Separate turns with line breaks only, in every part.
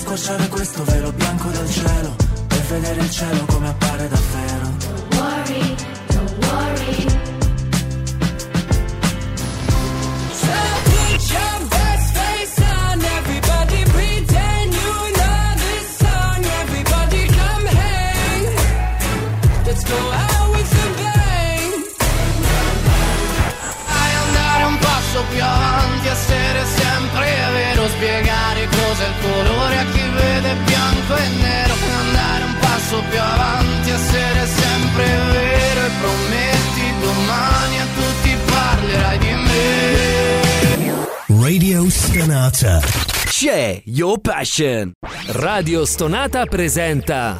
squarciare questo velo bianco del cielo e vedere il cielo come appare davvero.
Don't worry, don't worry.
So put your best face on, everybody pretend you know this song. Everybody come hang, let's go out with the bang.
Dai, andare un passo più avanti, essere sempre vero, spiegare cos'è il colore a chi vede bianco e nero. Andare un passo più avanti, essere sempre vero, e prometti domani a tutti parlerai di me.
Radio Stonata.
C'è Your Passion. Radio Stonata presenta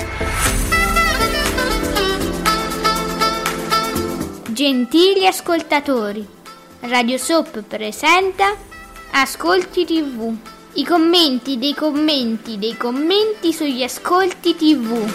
Gentili ascoltatori, Radio Soap presenta Ascolti TV. I commenti dei commenti dei commenti sugli ascolti TV.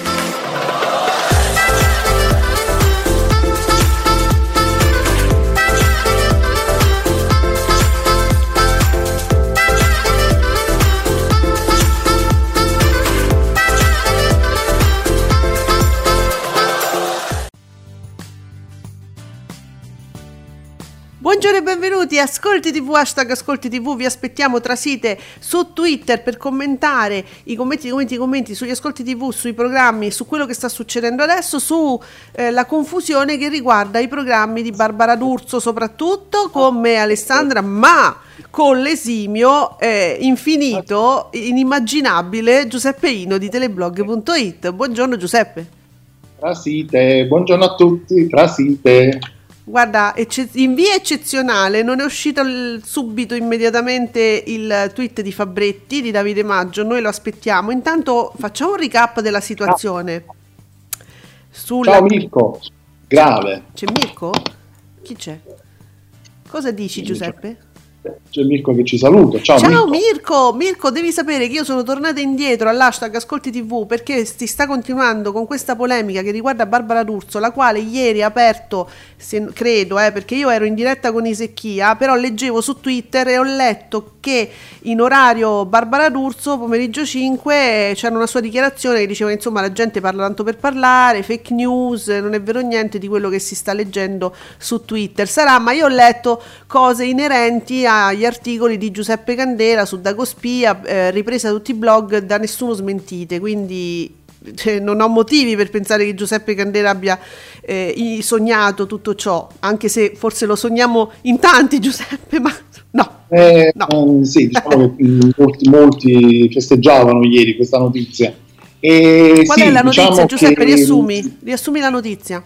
Buongiorno e benvenuti a Ascolti TV, hashtag Ascolti TV, vi aspettiamo, trasite su Twitter per commentare i commenti sugli Ascolti TV, sui programmi, su quello che sta succedendo adesso, su la confusione che riguarda i programmi di Barbara D'Urso soprattutto, come Alessandra, ma con l'esimio infinito, inimmaginabile Giuseppe Ino di teleblog.it. Buongiorno Giuseppe.
Trasite, buongiorno a tutti, trasite.
Guarda, in via eccezionale non è uscito subito, immediatamente il tweet di Fabretti, di Davide Maggio, noi lo aspettiamo. Intanto facciamo un recap della situazione.
Ciao Mirko, grave.
C'è Mirko? Chi c'è? Cosa dici Giuseppe?
C'è Mirko che ci saluta. Ciao
Mirko. Mirko, devi sapere che io sono tornata indietro all'hashtag Ascolti TV perché si sta continuando con questa polemica che riguarda Barbara D'Urso, la quale ieri ha aperto, credo, perché io ero in diretta con Isecchia, però leggevo su Twitter e ho letto che in orario Barbara D'Urso, pomeriggio 5, c'era una sua dichiarazione che diceva insomma la gente parla tanto per parlare, fake news, non è vero niente di quello che si sta leggendo su Twitter. Sarà, ma io ho letto cose inerenti agli articoli di Giuseppe Candela su Dagospia, ripresa da tutti i blog, da nessuno smentite, quindi non ho motivi per pensare che Giuseppe Candela abbia sognato tutto ciò, anche se forse lo sogniamo in tanti, Giuseppe, ma no.
Sì, diciamo che molti festeggiavano ieri questa notizia.
Qual è la notizia,
diciamo
Giuseppe? Riassumi la notizia.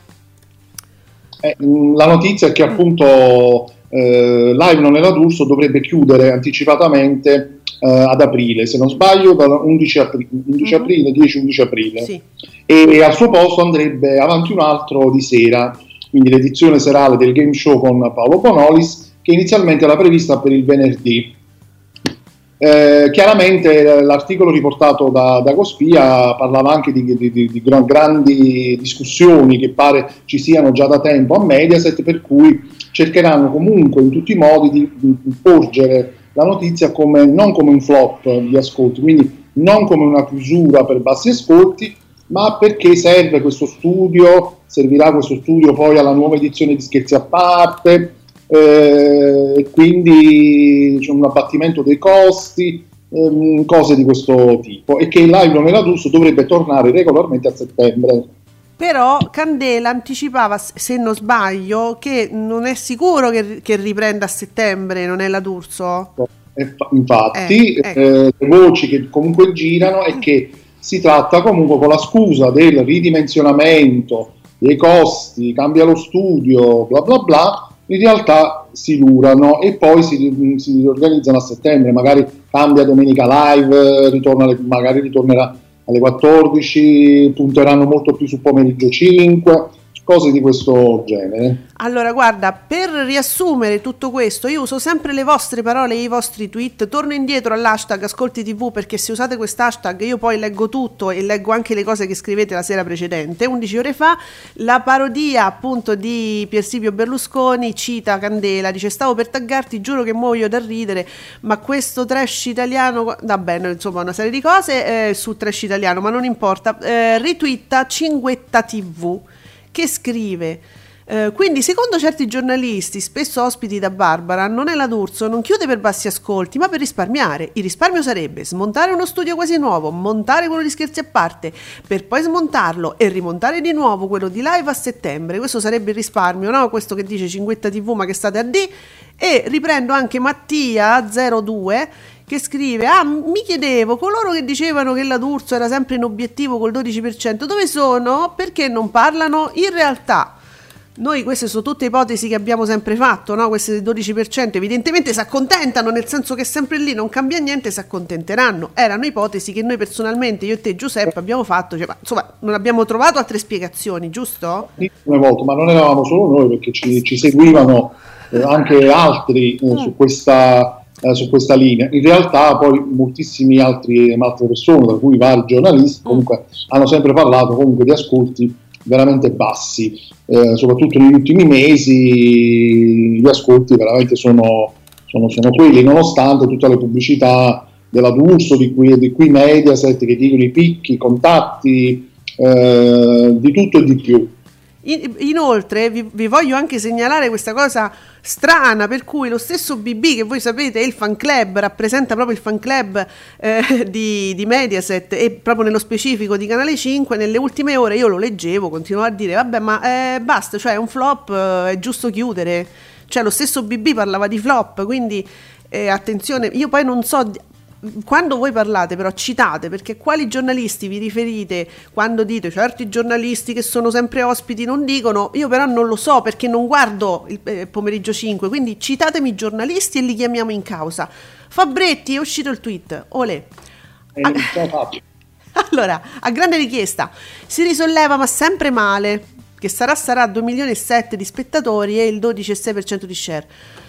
La notizia è che appunto Live Non Era D'Urso dovrebbe chiudere anticipatamente ad aprile, se non sbaglio, dall'11 aprile, 10-11 aprile, sì. E al suo posto andrebbe avanti un altro di sera, quindi l'edizione serale del game show con Paolo Bonolis, che inizialmente era prevista per il venerdì. Chiaramente l'articolo riportato da Dagospia parlava anche di grandi discussioni che pare ci siano già da tempo a Mediaset, per cui cercheranno comunque in tutti i modi di porgere la notizia non come un flop di ascolti, quindi non come una chiusura per bassi ascolti, ma perché servirà questo studio poi alla nuova edizione di Scherzi a parte, quindi c'è un abbattimento dei costi, cose di questo tipo, e che il Live Non Era D'Urso dovrebbe tornare regolarmente a settembre.
Però Candela anticipava, se non sbaglio, che non è sicuro che riprenda a settembre, non è la D'Urso?
Infatti, le voci che comunque girano è che si tratta comunque, con la scusa del ridimensionamento dei costi, cambia lo studio, bla bla bla, in realtà si lurano e poi si riorganizzano a settembre, magari cambia Domenica Live, magari ritornerà alle 14, punteranno molto più su pomeriggio 5, cose di questo genere.
Allora, guarda, per riassumere tutto questo, io uso sempre le vostre parole e i vostri tweet, torno indietro all'hashtag Ascolti TV, perché se usate quest'hashtag io poi leggo tutto e leggo anche le cose che scrivete la sera precedente. 11 ore fa la parodia appunto di Pier Silvio Berlusconi cita Candela, dice: stavo per taggarti, giuro che muoio da ridere, ma questo trash italiano, va bene, insomma una serie di cose su trash italiano, ma non importa. Ritwitta Cinguetta TV che scrive: quindi secondo certi giornalisti, spesso ospiti da Barbara, non è la D'Urso, non chiude per bassi ascolti ma per risparmiare. Il risparmio sarebbe smontare uno studio quasi nuovo, montare quello di Scherzi a parte, per poi smontarlo e rimontare di nuovo quello di live a settembre. Questo sarebbe il risparmio, no? Questo che dice Cinguetta TV, ma che state a D. E riprendo anche Mattia02 che scrive: mi chiedevo, coloro che dicevano che la D'Urso era sempre in obiettivo col 12%, dove sono? Perché non parlano? In realtà noi, queste sono tutte ipotesi che abbiamo sempre fatto, no? Queste del 12% evidentemente si accontentano, nel senso che sempre lì non cambia niente, si accontenteranno. Erano ipotesi che noi personalmente, io e te Giuseppe, abbiamo fatto, cioè, ma, insomma, non abbiamo trovato altre spiegazioni, giusto?
Una volta, ma non eravamo solo noi, perché ci seguivano anche altri su questa linea. In realtà poi moltissime altre persone, tra cui vari giornalisti, comunque hanno sempre parlato comunque di ascolti veramente bassi, soprattutto negli ultimi mesi gli ascolti veramente sono quelli, nonostante tutte le pubblicità della D'Urso, di cui Mediaset che dicono i picchi, i contatti, di tutto e di più.
Inoltre vi voglio anche segnalare questa cosa strana, per cui lo stesso BB, che voi sapete è il fan club, rappresenta proprio il fan club di Mediaset e proprio nello specifico di Canale 5, nelle ultime ore io lo leggevo, continuavo a dire vabbè ma basta, cioè è un flop, è giusto chiudere, cioè lo stesso BB parlava di flop, quindi attenzione, io poi non so quando voi parlate, però citate, perché quali giornalisti vi riferite quando dite certi giornalisti che sono sempre ospiti non dicono, io però non lo so perché non guardo il pomeriggio 5, quindi citatemi i giornalisti e li chiamiamo in causa. Fabretti, è uscito il tweet, olè. Allora, a grande richiesta, si risolleva ma sempre male, che sarà 2,7 milioni di spettatori e il 12,6% di share.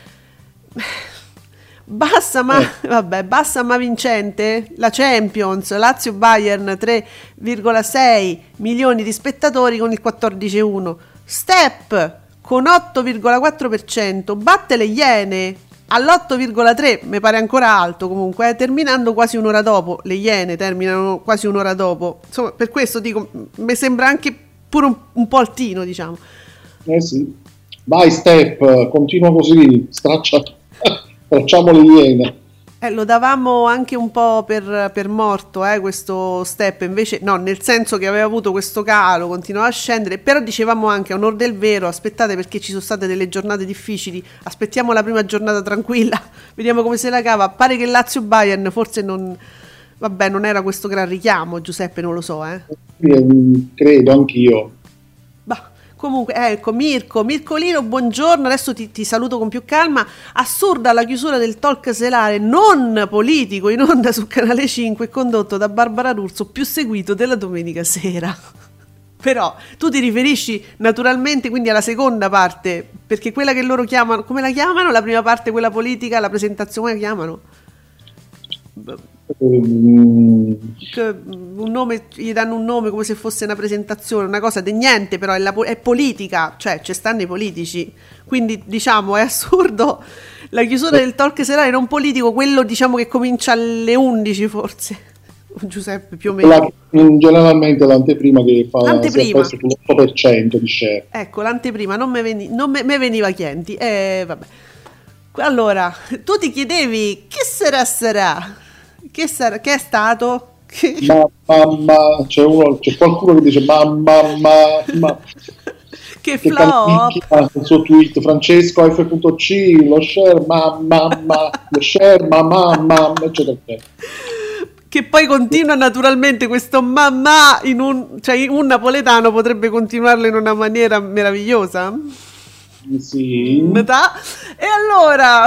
Bassa ma vincente, la Champions, Lazio Bayern 3,6 milioni di spettatori con il 14,1%, Step con 8,4%, batte le Iene all'8,3%, mi pare ancora alto comunque, terminando quasi un'ora dopo, le Iene terminano quasi un'ora dopo, insomma per questo dico, mi sembra anche pure un po' altino, diciamo.
Sì, vai Step, continua così, facciamo le Iene.
Lo davamo anche un po' per morto, questo Step, invece no, nel senso che aveva avuto questo calo, continuava a scendere, però dicevamo anche a onor del vero, aspettate perché ci sono state delle giornate difficili, aspettiamo la prima giornata tranquilla, vediamo come se la cava. Pare che Lazio Bayern forse non era questo gran richiamo, Giuseppe, non lo so.
Credo anch'io.
Comunque, ecco, Mircolino, buongiorno, adesso ti saluto con più calma. Assurda la chiusura del talk serale non politico in onda su Canale 5 condotto da Barbara D'Urso, più seguito della domenica sera. Però tu ti riferisci naturalmente quindi alla seconda parte, perché quella che loro chiamano, come la chiamano? La prima parte, quella politica, la presentazione, come la chiamano? Un nome, gli danno un nome come se fosse una presentazione, una cosa di niente, però è politica, cioè ci stanno i politici, quindi diciamo è assurdo la chiusura del talk serale non politico, quello diciamo che comincia alle 11 forse, Giuseppe, più o meno.
Generalmente l'anteprima che fa
l'anteprima
sull'8% di share.
Ecco, l'anteprima non me veniva chienti, vabbè. Allora, tu ti chiedevi che sarà? Che è stato?
Mamma, c'è qualcuno che dice mamma
che flop
il suo tweet, Francesco F.C, lo share mamma eccetera.
Che poi continua naturalmente questo mamma cioè un napoletano potrebbe continuarlo in una maniera meravigliosa. Sì. E allora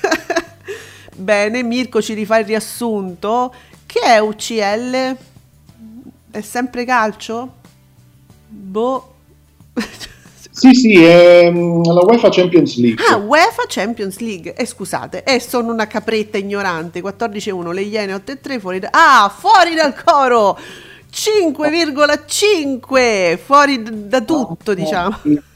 bene, Mirko ci rifà il riassunto. Che è UCL? È sempre calcio? Boh.
Sì, è la UEFA Champions League.
Ah, UEFA Champions League. Scusate, sono una capretta ignorante. 14-1, le Iene 8-3 fuori fuori dal coro. 5,5 fuori da tutto, diciamo.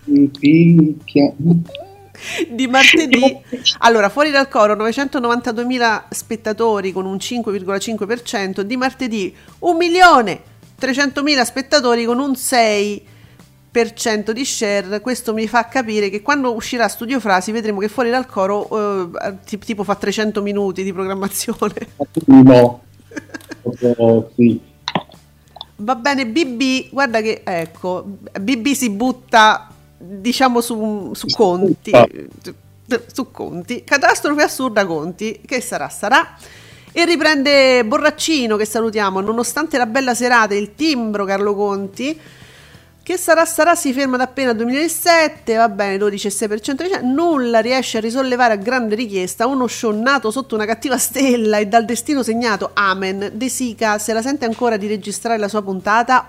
Di martedì, allora fuori dal coro 992.000 spettatori con un 5,5%, di martedì 1.300.000 spettatori con un 6% di share. Questo mi fa capire che quando uscirà Studio Frasi vedremo che fuori dal coro tipo fa 300 minuti di programmazione.
No. Sì.
Va bene, BB, guarda che ecco, BB si butta, diciamo, su Conti, su Conti, catastrofe assurda Conti, che sarà, e riprende Borraccino, che salutiamo, nonostante la bella serata, il timbro Carlo Conti, che sarà, si ferma da appena 2007, va bene, 12,6%, nulla riesce a risollevare a grande richiesta uno show nato sotto una cattiva stella e dal destino segnato, amen. De Sica se la sente ancora di registrare la sua puntata?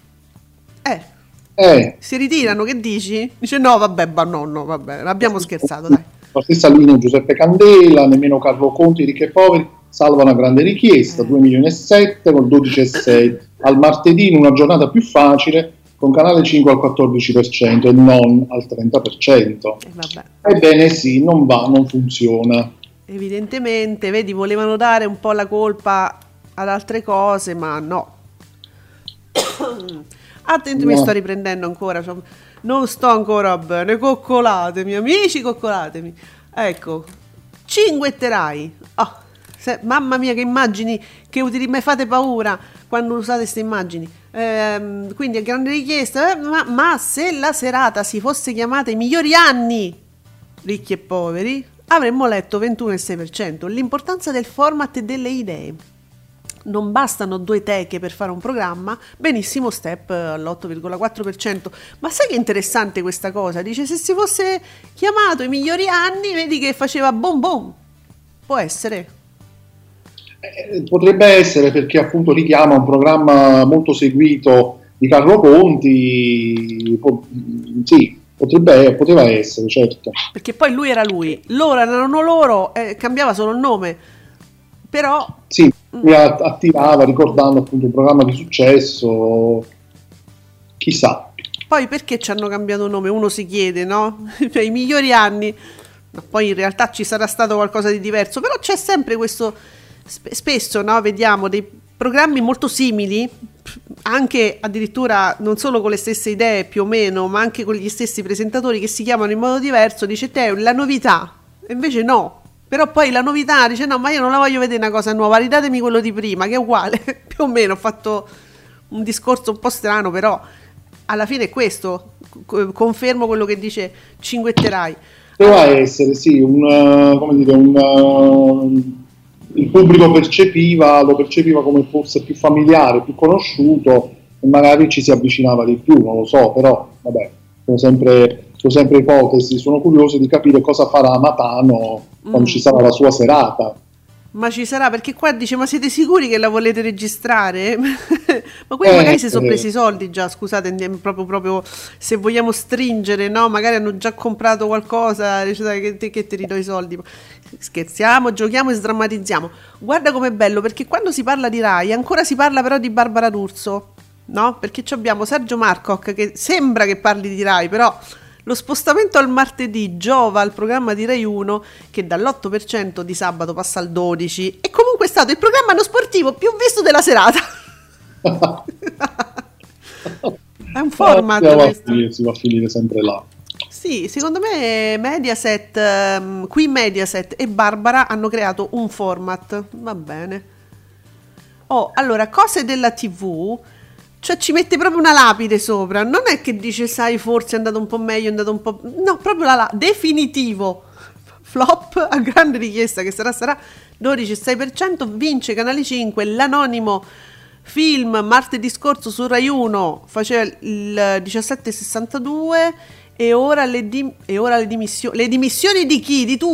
Si ritirano, che dici? Dice no, vabbè, abbiamo scherzato, dai.
La stessa linea Giuseppe Candela, nemmeno Carlo Conti, ricchi e poveri, salva una grande richiesta, 2,7 milioni con 12,6 al martedì in una giornata più facile, con Canale 5 al 14% e non al 30%.
Vabbè.
Ebbene sì, non va, non funziona.
Evidentemente, vedi, volevano dare un po' la colpa ad altre cose, ma no. Attenti, mi sto riprendendo ancora, non sto ancora bene, coccolatemi, amici, coccolatemi. Ecco, cinguetterai. Mamma mia, che immagini, che mi fate paura quando usate queste immagini. Quindi a grande richiesta, ma se la serata si fosse chiamata I migliori anni ricchi e poveri, avremmo letto 21,6%. L'importanza del format e delle idee. Non bastano 2 teche per fare un programma, benissimo step all'8,4%. Ma sai che interessante questa cosa? Dice, se si fosse chiamato I migliori anni, vedi che faceva bom bom. Può essere.
Potrebbe essere, perché appunto richiama un programma molto seguito di Carlo Conti. Sì, poteva essere, certo.
Perché poi lui era lui, loro erano loro, cambiava solo il nome. Però
sì, mi attirava ricordando appunto un programma di successo, chissà.
Poi perché ci hanno cambiato nome? Uno si chiede, no? Cioè, I migliori anni, ma poi in realtà ci sarà stato qualcosa di diverso, però c'è sempre questo, spesso, no? Vediamo dei programmi molto simili, anche addirittura non solo con le stesse idee più o meno, ma anche con gli stessi presentatori che si chiamano in modo diverso. Dice te la novità, e invece no. Però poi la novità dice no, ma io non la voglio vedere una cosa nuova, ridatemi quello di prima che è uguale. Più o meno ho fatto un discorso un po' strano, però alla fine è questo, confermo quello che dice Cinguetterai.
Doveva essere sì, il pubblico lo percepiva come forse più familiare, più conosciuto, e magari ci si avvicinava di più, non lo so, però vabbè, sono sempre ipotesi. Sono curioso di capire cosa farà Matano quando ci sarà la sua serata.
Ma ci sarà, perché qua dice, ma siete sicuri che la volete registrare? Ma quelli magari si sono presi i soldi già, scusate, proprio se vogliamo stringere, no? Magari hanno già comprato qualcosa, che ti ridò i soldi. Scherziamo, giochiamo e sdrammatizziamo. Guarda com'è bello, perché quando si parla di Rai ancora si parla però di Barbara D'Urso, no? Perché abbiamo Sergio Marcoc che sembra che parli di Rai, però lo spostamento al martedì giova al programma di Rai 1, che dall'8% di sabato passa al 12%, e comunque è stato il programma no sportivo più visto della serata. È un format
si va a finire sempre là.
Sì, secondo me Mediaset, qui Mediaset e Barbara hanno creato un format, va bene. Allora, cose della TV. Cioè ci mette proprio una lapide sopra, non è che dice sai forse è andato un po' meglio, è andato un po'... No, proprio definitivo, flop a grande richiesta, che sarà 12,6%, vince Canale 5, l'anonimo film martedì scorso su Rai 1 faceva il 17,62 e ora le dimissioni. Le dimissioni di chi? Di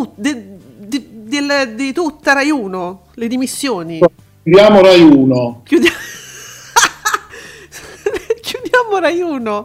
tutta Rai 1, le dimissioni.
Chiudiamo Rai 1.
Chiudiamo Rai 1.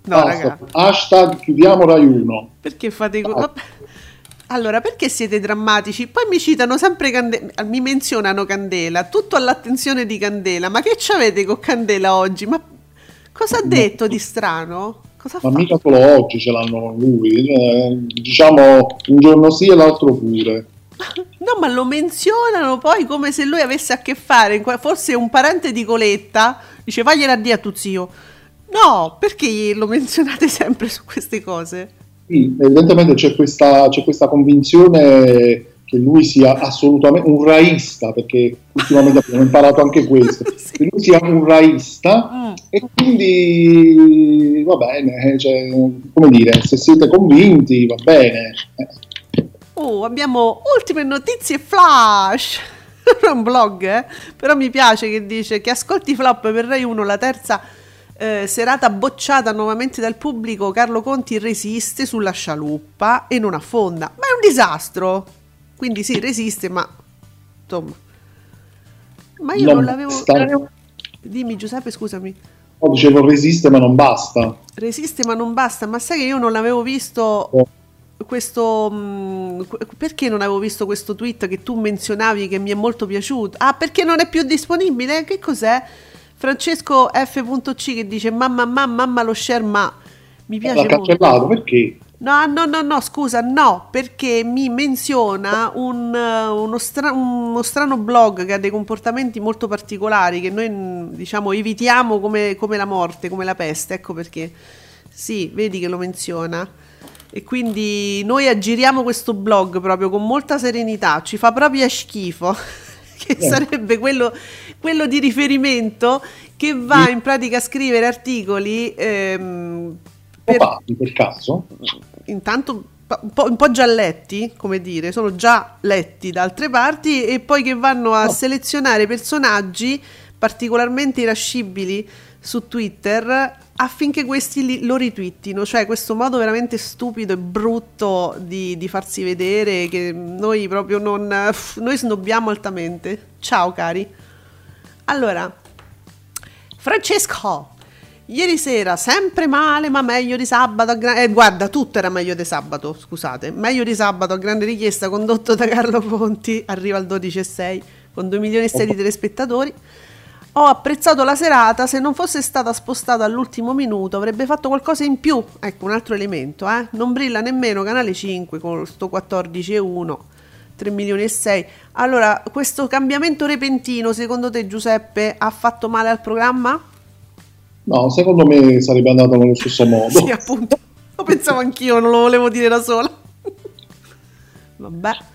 No,
Basta.
raga.
Hashtag chiudiamo Rai 1.
Perché fate vabbè. Allora, perché siete drammatici? Poi mi citano sempre mi menzionano Candela, tutto all'attenzione di Candela. Ma che c'avete con Candela oggi? Ma cosa ha detto di strano? Cosa
Ma
fa?
mica solo oggi ce l'hanno con lui, diciamo un giorno sì e l'altro pure.
No, ma lo menzionano poi come se lui avesse a che fare, forse un parente di Coletta, dice vagliela a dire a tuo zio. No, perché lo menzionate sempre su queste cose?
Sì, evidentemente c'è questa convinzione che lui sia assolutamente un raista, perché ultimamente abbiamo imparato anche questo,
Sì.
che lui sia un raista e quindi va bene, cioè, come dire, se siete convinti va bene.
Oh, abbiamo ultime notizie flash. Non è un blog, però mi piace che dice che ascolti flop per Rai 1, la terza serata bocciata nuovamente dal pubblico. Carlo Conti resiste sulla scialuppa e non affonda. Ma è un disastro. Quindi sì, resiste, ma insomma. Ma io non l'avevo. Dimmi Giuseppe, scusami.
No, dicevo resiste ma non basta.
Resiste ma non basta. Ma sai che io non l'avevo visto questo. Perché non avevo visto questo tweet che tu menzionavi che mi è molto piaciuto? Ah, perché non è più disponibile? Che cos'è? Francesco F.C che dice mamma lo share ma mi piace
L'ha cancellato perché?
No, scusa, no, perché mi menziona uno strano blog che ha dei comportamenti molto particolari che noi diciamo evitiamo come la morte, come la peste, ecco perché. Sì, vedi che lo menziona. E quindi noi aggiriamo questo blog proprio con molta serenità, ci fa proprio schifo. Che sarebbe quello di riferimento che va in pratica a scrivere articoli
per caso
intanto un po' già letti, come dire, sono già letti da altre parti e poi che vanno a selezionare personaggi particolarmente irascibili su Twitter affinché questi lo ritwittino, cioè questo modo veramente stupido e brutto di farsi vedere che noi proprio noi snobbiamo altamente. Ciao cari. Allora, Francesco, ieri sera sempre male ma meglio di sabato guarda, tutto era meglio di sabato, scusate, meglio di sabato a grande richiesta, condotto da Carlo Conti, arriva al 12,6 con 2,6 milioni di telespettatori. Ho apprezzato la serata, se non fosse stata spostata all'ultimo minuto avrebbe fatto qualcosa in più. Ecco, un altro elemento, non brilla nemmeno Canale 5 con sto 14,1, 3,6 milioni. Allora, questo cambiamento repentino, secondo te Giuseppe, ha fatto male al programma?
No, secondo me sarebbe andato nello stesso modo.
Sì, appunto, lo pensavo anch'io, non lo volevo dire da sola. Vabbè.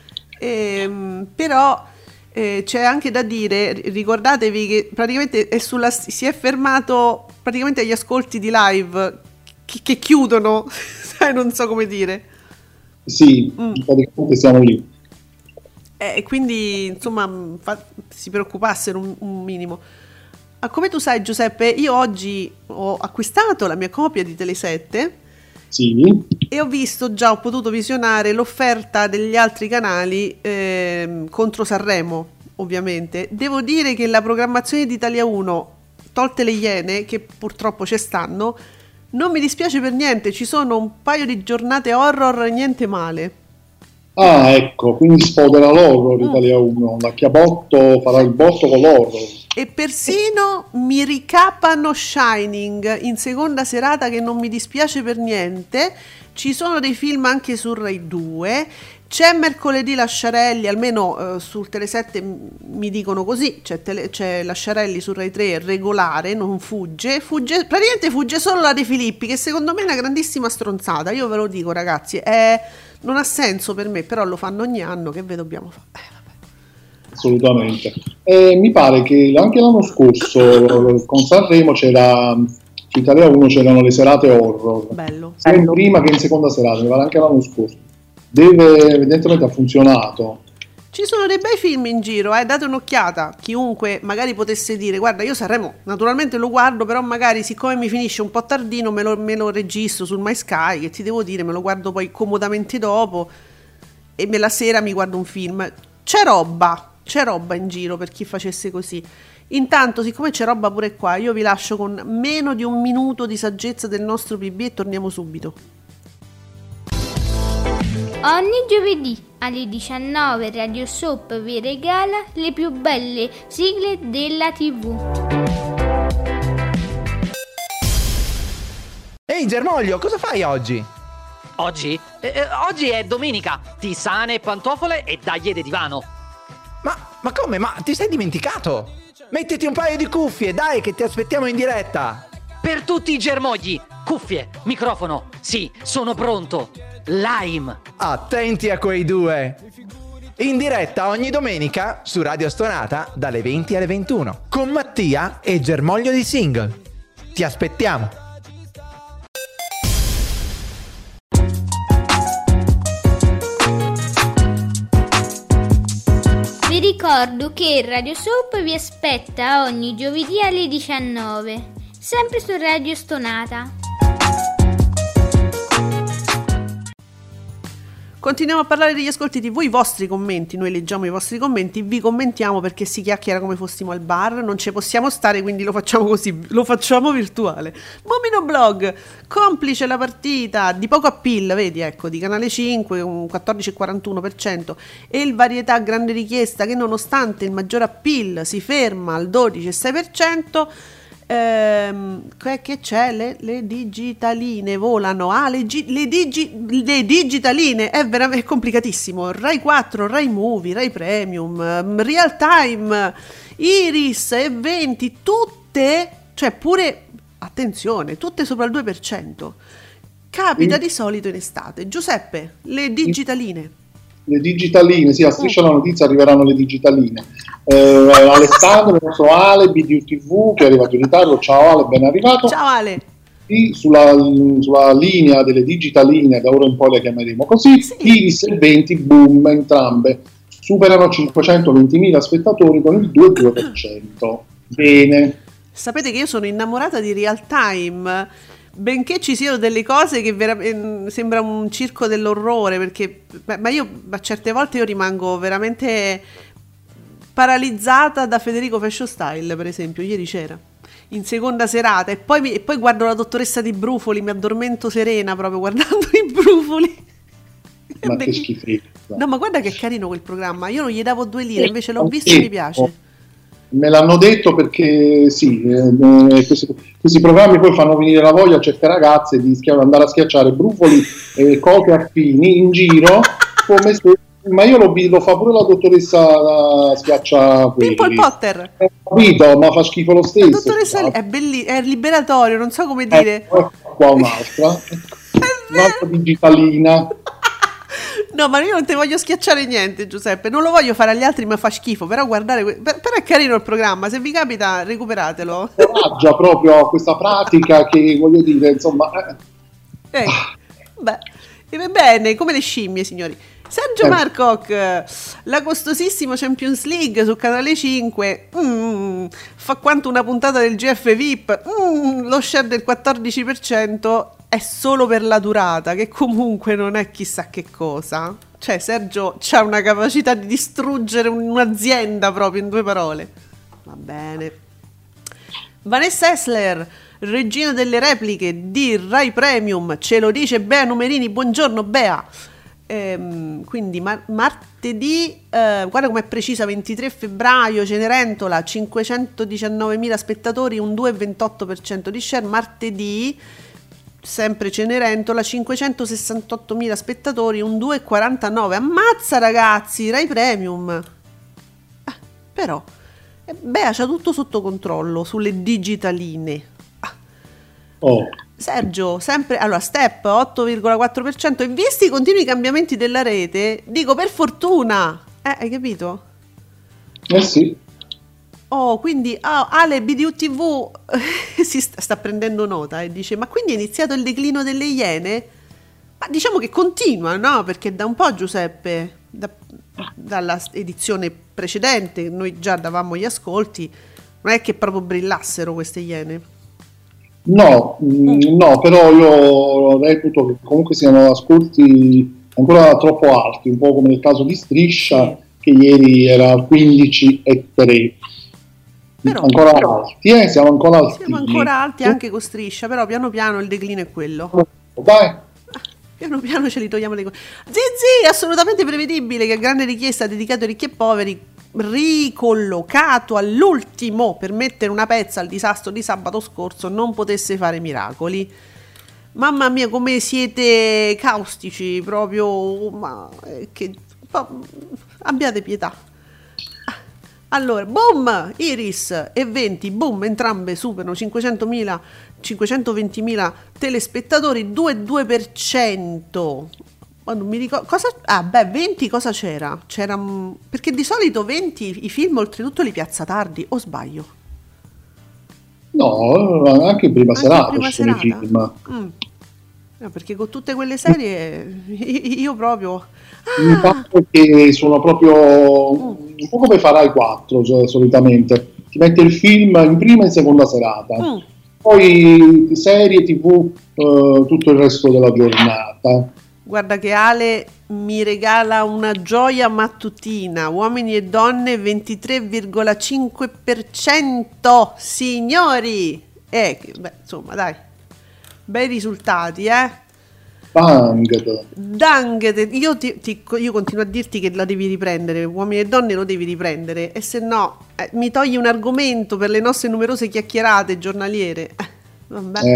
Però... c'è anche da dire, ricordatevi che praticamente si è fermato praticamente agli ascolti di live che chiudono, non so come dire.
Sì, praticamente siamo lì.
Quindi insomma si preoccupassero un minimo. Come tu sai Giuseppe, io oggi ho acquistato la mia copia di Tele7.
Sì.
E ho potuto visionare l'offerta degli altri canali contro Sanremo, ovviamente. Devo dire che la programmazione di Italia 1, tolte le Iene, che purtroppo ci stanno, non mi dispiace per niente, ci sono un paio di giornate horror, niente male.
Ah, ecco, quindi spodera l'horror Italia 1, la Chiabotto farà il botto con l'horror.
E persino mi ricapano Shining in seconda serata, che non mi dispiace per niente. Ci sono dei film anche su Rai 2, c'è mercoledì Lasciarelli, almeno sul Tele7 mi dicono così, c'è Lasciarelli su Rai 3 regolare, non praticamente fugge solo la De Filippi, che secondo me è una grandissima stronzata, io ve lo dico ragazzi, non ha senso per me, però lo fanno ogni anno, che ve dobbiamo fare?
Assolutamente. Mi pare che anche l'anno scorso con Sanremo su Italia 1 c'erano le serate horror.
Bello.
Sia in prima che in seconda serata, mi pare anche l'anno scorso. Evidentemente ha funzionato.
Ci sono dei bei film in giro, date un'occhiata. Chiunque magari potesse dire, guarda, io Sanremo naturalmente lo guardo, però magari siccome mi finisce un po' tardino me lo registro sul My Sky, che ti devo dire, me lo guardo poi comodamente dopo e la sera mi guardo un film. C'è roba, c'è roba in giro per chi facesse così. Intanto, siccome c'è roba pure qua, io vi lascio con meno di un minuto di saggezza del nostro PB e torniamo subito.
Ogni giovedì alle 19 Radio Soap vi regala le più belle sigle della TV.
Ehi Germoglio, cosa fai oggi?
Oggi? Oggi è domenica, tisane, pantofole e daglie di divano.
Ma come? Ma ti sei dimenticato? Mettiti un paio di cuffie, dai, che ti aspettiamo in diretta.
Per tutti i germogli, cuffie, microfono, sì, sono pronto. Lime.
Attenti a quei due. In diretta ogni domenica su Radio Stonata dalle 20 alle 21 con Mattia e Germoglio di Single. Ti aspettiamo.
Vi ricordo che Radio Soap vi aspetta ogni giovedì alle 19, sempre su Radio Stonata.
Continuiamo a parlare degli ascolti TV, i vostri commenti, noi leggiamo i vostri commenti, vi commentiamo perché si chiacchiera come fossimo al bar, non ci possiamo stare, quindi lo facciamo così, lo facciamo virtuale. Momino Blog, complice la partita, di poco appeal, vedi, ecco, di Canale 5, un 14,41%, e il Varietà grande richiesta che nonostante il maggior appeal si ferma al 12,6%. Che c'è? Le digitaline volano. Le digitaline è veramente complicatissimo. Rai 4, Rai Movie, Rai Premium, Real Time, Iris e 20, tutte, cioè pure, attenzione, tutte sopra il 2%. Capita di solito in estate. Giuseppe, le digitaline.
Le digitaline, sì, a Striscia la Notizia arriveranno le digitaline. Alessandro, il nostro Ale, BDU TV, che è arrivato in ritardo. Ciao Ale, ben arrivato.
Ciao Ale.
Sì, sulla linea delle digitaline, da ora in poi le chiameremo così, sì. Iris e 20, boom, entrambe. Superano 520.000 spettatori con il 2,2%. Bene. Sapete
che io sono innamorata di Real Time, benché ci siano delle cose che sembra un circo dell'orrore, perché ma io a certe volte io rimango veramente paralizzata da Federico Fashion Style, per esempio, ieri c'era in seconda serata e poi guardo la dottoressa Di Brufoli, mi addormento serena proprio guardando i brufoli.
Ma che schifezza.
No, ma guarda che carino quel programma, io non gli davo 2 lire, invece l'ho visto e mi piace.
Me l'hanno detto perché sì, questi programmi poi fanno venire la voglia a certe ragazze di andare a schiacciare brufoli e coche affini in giro, come se, ma io lo fa pure la dottoressa schiaccia quelli.
Pimple Potter.
Ho capito, ma fa schifo lo stesso.
La dottoressa è liberatorio, non so come dire.
Qua un'altra digitalina.
No, ma io non ti voglio schiacciare niente, Giuseppe, non lo voglio fare agli altri, ma fa schifo, però guardare, però è carino il programma, se vi capita recuperatelo.
Già proprio questa pratica che voglio dire, insomma.
Bene, come le scimmie, signori. Sergio Marcoc, la costosissima Champions League su Canale 5, fa quanto una puntata del GF VIP, lo share del 14% è solo per la durata, che comunque non è chissà che cosa. Cioè Sergio c'ha una capacità di distruggere un'azienda proprio in 2 parole. Va bene. Vanessa Essler, regina delle repliche di Rai Premium, ce lo dice Bea Numerini, buongiorno Bea. Quindi martedì, guarda com'è precisa, 23 febbraio, Cenerentola, 519.000 spettatori, un 2,28% di share. Martedì, sempre Cenerentola, 568.000 spettatori, un 2,49%. Ammazza ragazzi, Rai Premium. Però Bea c'ha tutto sotto controllo sulle digitaline. Sergio, sempre, allora Step 8,4%, e visti i continui cambiamenti della rete, dico per fortuna, hai capito?
Sì.
Quindi Ale BDU TV si sta prendendo nota e dice, ma quindi è iniziato il declino delle Iene? Ma diciamo che continua, no? Perché da un po', Giuseppe, dalla edizione precedente, noi già davamo gli ascolti, non è che proprio brillassero queste Iene.
No, però io reputo che comunque siano ascolti ancora troppo alti, un po' come nel caso di Striscia, che ieri era 15,3.
Però-
Ancora alti, siamo ancora alti.
Siamo ancora alti anche con Striscia, però piano piano il declino è quello.
Dai.
Piano piano ce li togliamo le cose. Zizi, assolutamente prevedibile che a grande richiesta dedicato ai ricchi e poveri, ricollocato all'ultimo per mettere una pezza al disastro di sabato scorso, non potesse fare miracoli. Mamma mia, come siete caustici, proprio, abbiate pietà. Allora, boom, Iris e 20, boom, entrambe superano 520.000 telespettatori, 2,2%. Ma non mi ricordo cosa. 20 cosa c'era? Perché di solito 20 i film oltretutto li piazza tardi, o sbaglio?
No, anche prima serata ci sono i film.
No, perché con tutte quelle serie io proprio.
Il fatto è che sono proprio un po' come farai 4, cioè, solitamente ti mette il film in prima e in seconda serata, poi serie TV tutto il resto della giornata.
Guarda che Ale mi regala una gioia mattutina, Uomini e Donne 23,5%, signori, insomma dai, bei risultati, Danged. Io continuo a dirti che la devi riprendere, Uomini e Donne lo devi riprendere, e se no mi togli un argomento per le nostre numerose chiacchierate giornaliere. Vabbè.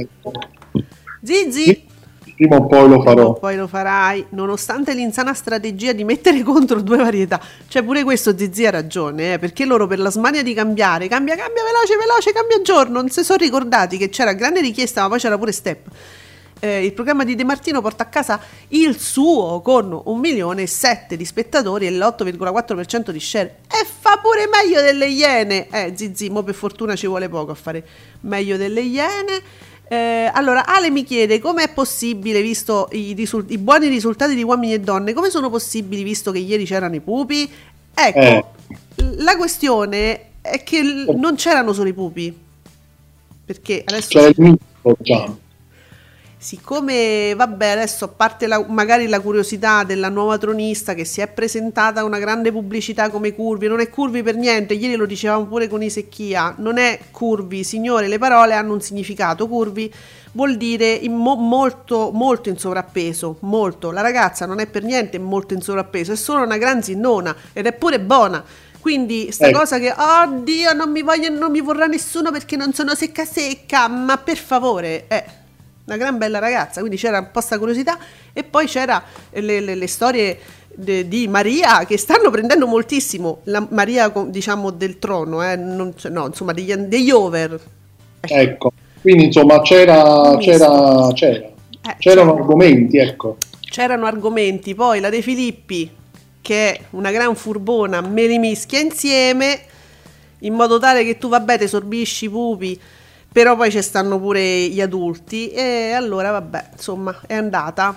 Zizi,
prima o poi lo farò.
poi lo farai, nonostante l'insana strategia di mettere contro due varietà. Cioè pure questo Zizi ha ragione, perché loro per la smania di cambiare, cambia veloce, cambia giorno, non si sono ricordati che c'era grande richiesta, ma poi c'era pure Step. Il programma di De Martino porta a casa il suo con 1,7 milioni di spettatori e l'8,4% di share, e fa pure meglio delle Iene. Zizi, mo per fortuna ci vuole poco a fare meglio delle Iene. Allora Ale mi chiede come è possibile, visto i buoni risultati di Uomini e Donne, come sono possibili visto che ieri c'erano i pupi. Ecco, la questione è che non c'erano solo i pupi, perché adesso
c'era il mito già.
Siccome, vabbè, adesso a parte magari la curiosità della nuova tronista che si è presentata una grande pubblicità come Curvi, non è Curvi per niente, ieri lo dicevamo pure con Isecchia, non è Curvi, signore, le parole hanno un significato. Curvi vuol dire molto, molto in sovrappeso, molto, la ragazza non è per niente molto in sovrappeso, è solo una gran zinnona ed è pure buona. Quindi sta cosa che, oddio, non mi vorrà nessuno perché non sono secca, ma per favore, una gran bella ragazza, quindi c'era un po' sta curiosità, e poi c'era le storie di Maria che stanno prendendo moltissimo, la Maria diciamo del trono, insomma degli over.
Ecco, quindi insomma c'erano argomenti, ecco.
C'erano argomenti, poi la De Filippi, che è una gran furbona, me li mischia insieme in modo tale che tu vabbè te sorbisci i pupi, però poi ci stanno pure gli adulti, e allora vabbè, insomma è andata.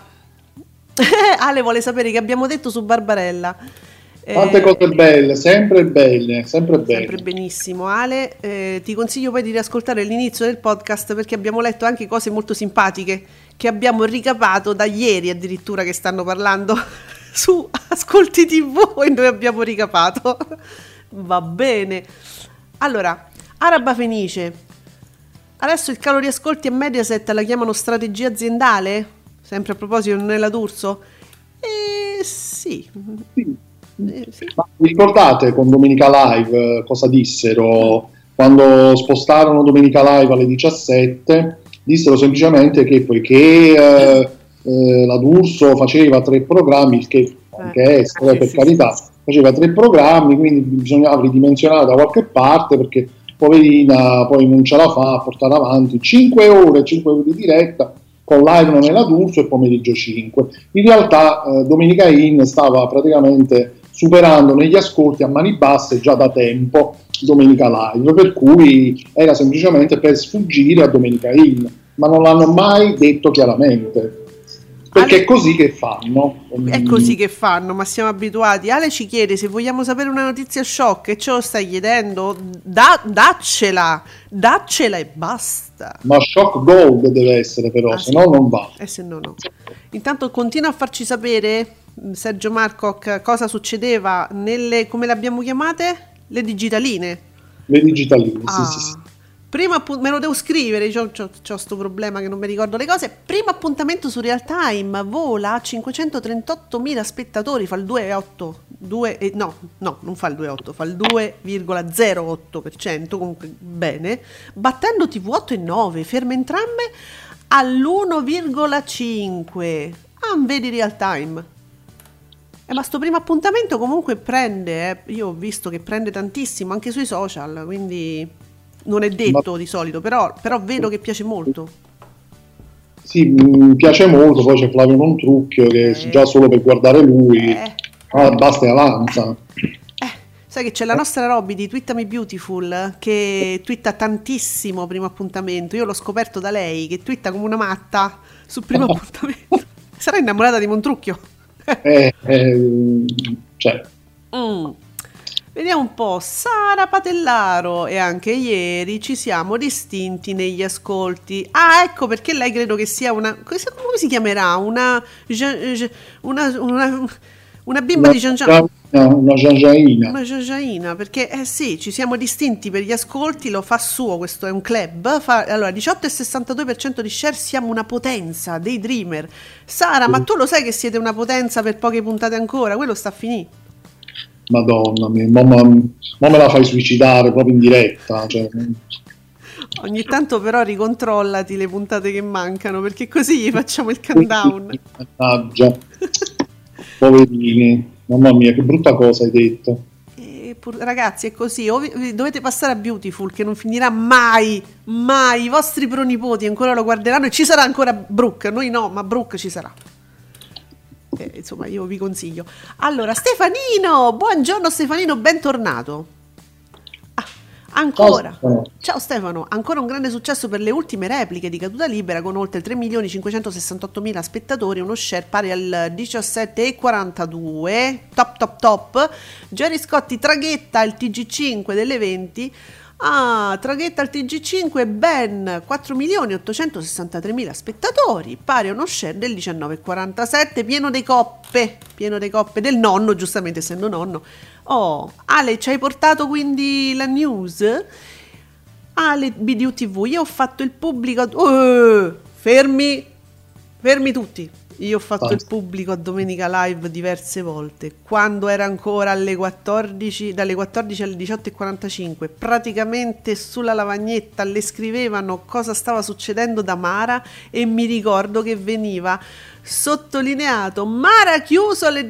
Ale vuole sapere che abbiamo detto su Barbarella.
Tante cose belle, sempre benissimo.
Ale, ti consiglio poi di riascoltare l'inizio del podcast, perché abbiamo letto anche cose molto simpatiche che abbiamo ricapato da ieri addirittura, che stanno parlando su Ascolti TV e noi abbiamo ricapato. Va bene. Allora, Araba Fenice, adesso il calo riascolti a Mediaset la chiamano strategia aziendale? Sempre a proposito, non è la D'Urso? Sì.
Ma ricordate con Domenica Live cosa dissero? Quando spostarono Domenica Live alle 17, dissero semplicemente che poiché la D'Urso faceva 3 programmi, che anche essere per carità, faceva 3 programmi, quindi bisognava ridimensionare da qualche parte, perché poverina poi non ce la fa a portare avanti 5 ore di diretta con live non è la D'Urso e pomeriggio 5. In realtà Domenica In stava praticamente superando negli ascolti a mani basse già da tempo Domenica Live, per cui era semplicemente per sfuggire a Domenica In, ma non l'hanno mai detto chiaramente. Perché è così che fanno.
È così che fanno, ma siamo abituati. Ale ci chiede se vogliamo sapere una notizia shock, e ce lo stai chiedendo? Daccela e basta.
Ma shock gold deve essere, però, se no non va.
Se no. Intanto continua a farci sapere Sergio Marcoc, cosa succedeva nelle, come le abbiamo chiamate? Le digitaline.
Le digitaline,
Ah.
sì.
Me lo devo scrivere, c'ho sto problema che non mi ricordo le cose. Primo appuntamento su Real Time, vola a 538.000 spettatori, fa il 2,8, no, non fa il 2,8, fa il 2,08%, comunque bene, battendo TV8 e 9, ferme entrambe all'1,5. Vedi Real Time. Ma sto primo appuntamento comunque prende, io ho visto che prende tantissimo anche sui social, quindi non è detto di solito, però vedo che piace molto.
Sì, mi piace molto, poi c'è Flavio Montrucchio che già solo per guardare lui basta e avanza.
Sai che c'è la nostra Robby di Twittami Beautiful che twitta tantissimo primo appuntamento, io l'ho scoperto da lei che twitta come una matta sul primo appuntamento. Sarà innamorata di Montrucchio?
Cioè.
Vediamo un po', Sara Patellaro, e anche ieri ci siamo distinti negli ascolti. Ecco perché lei credo che sia una, come si chiamerà? Una bimba di Gian Gian.
Una giangiaina.
Una giangiaina, perché sì, ci siamo distinti per gli ascolti, lo fa suo, questo è un club. Allora, 18,62% di share, siamo una potenza, dei Dreamer. Sara, ma tu lo sai che siete una potenza per poche puntate ancora? Quello sta a finire.
Madonna mia, me la fai suicidare proprio in diretta. Cioè.
Ogni tanto però ricontrollati le puntate che mancano, perché così gli facciamo il countdown.
Mannaggia. Poverini. Mamma mia, che brutta cosa hai detto.
Ragazzi, è così, dovete passare a Beautiful che non finirà mai, i vostri pronipoti ancora lo guarderanno e ci sarà ancora Brooke, noi no, ma Brooke ci sarà. Insomma, io vi consiglio. Allora, Stefanino, buongiorno Stefanino, bentornato. Ancora, ciao Stefano, ancora un grande successo per le ultime repliche di Caduta Libera con oltre 3.568.000 spettatori, uno share pari al 17,42, top. Gerry Scotti traghetta il TG5 delle 20. Traghetta al TG5 ben 4.863.000 spettatori, pari a uno share del 19,47, pieno di coppe del nonno, giustamente essendo nonno. Ale, ci hai portato quindi la news? Ale BDU TV, io ho fatto il pubblico fermi tutti. Io ho fatto il pubblico a Domenica Live diverse volte, quando era ancora alle 14, dalle 14 alle 18:45, praticamente sulla lavagnetta le scrivevano cosa stava succedendo da Mara e mi ricordo che veniva sottolineato Mara chiuso alle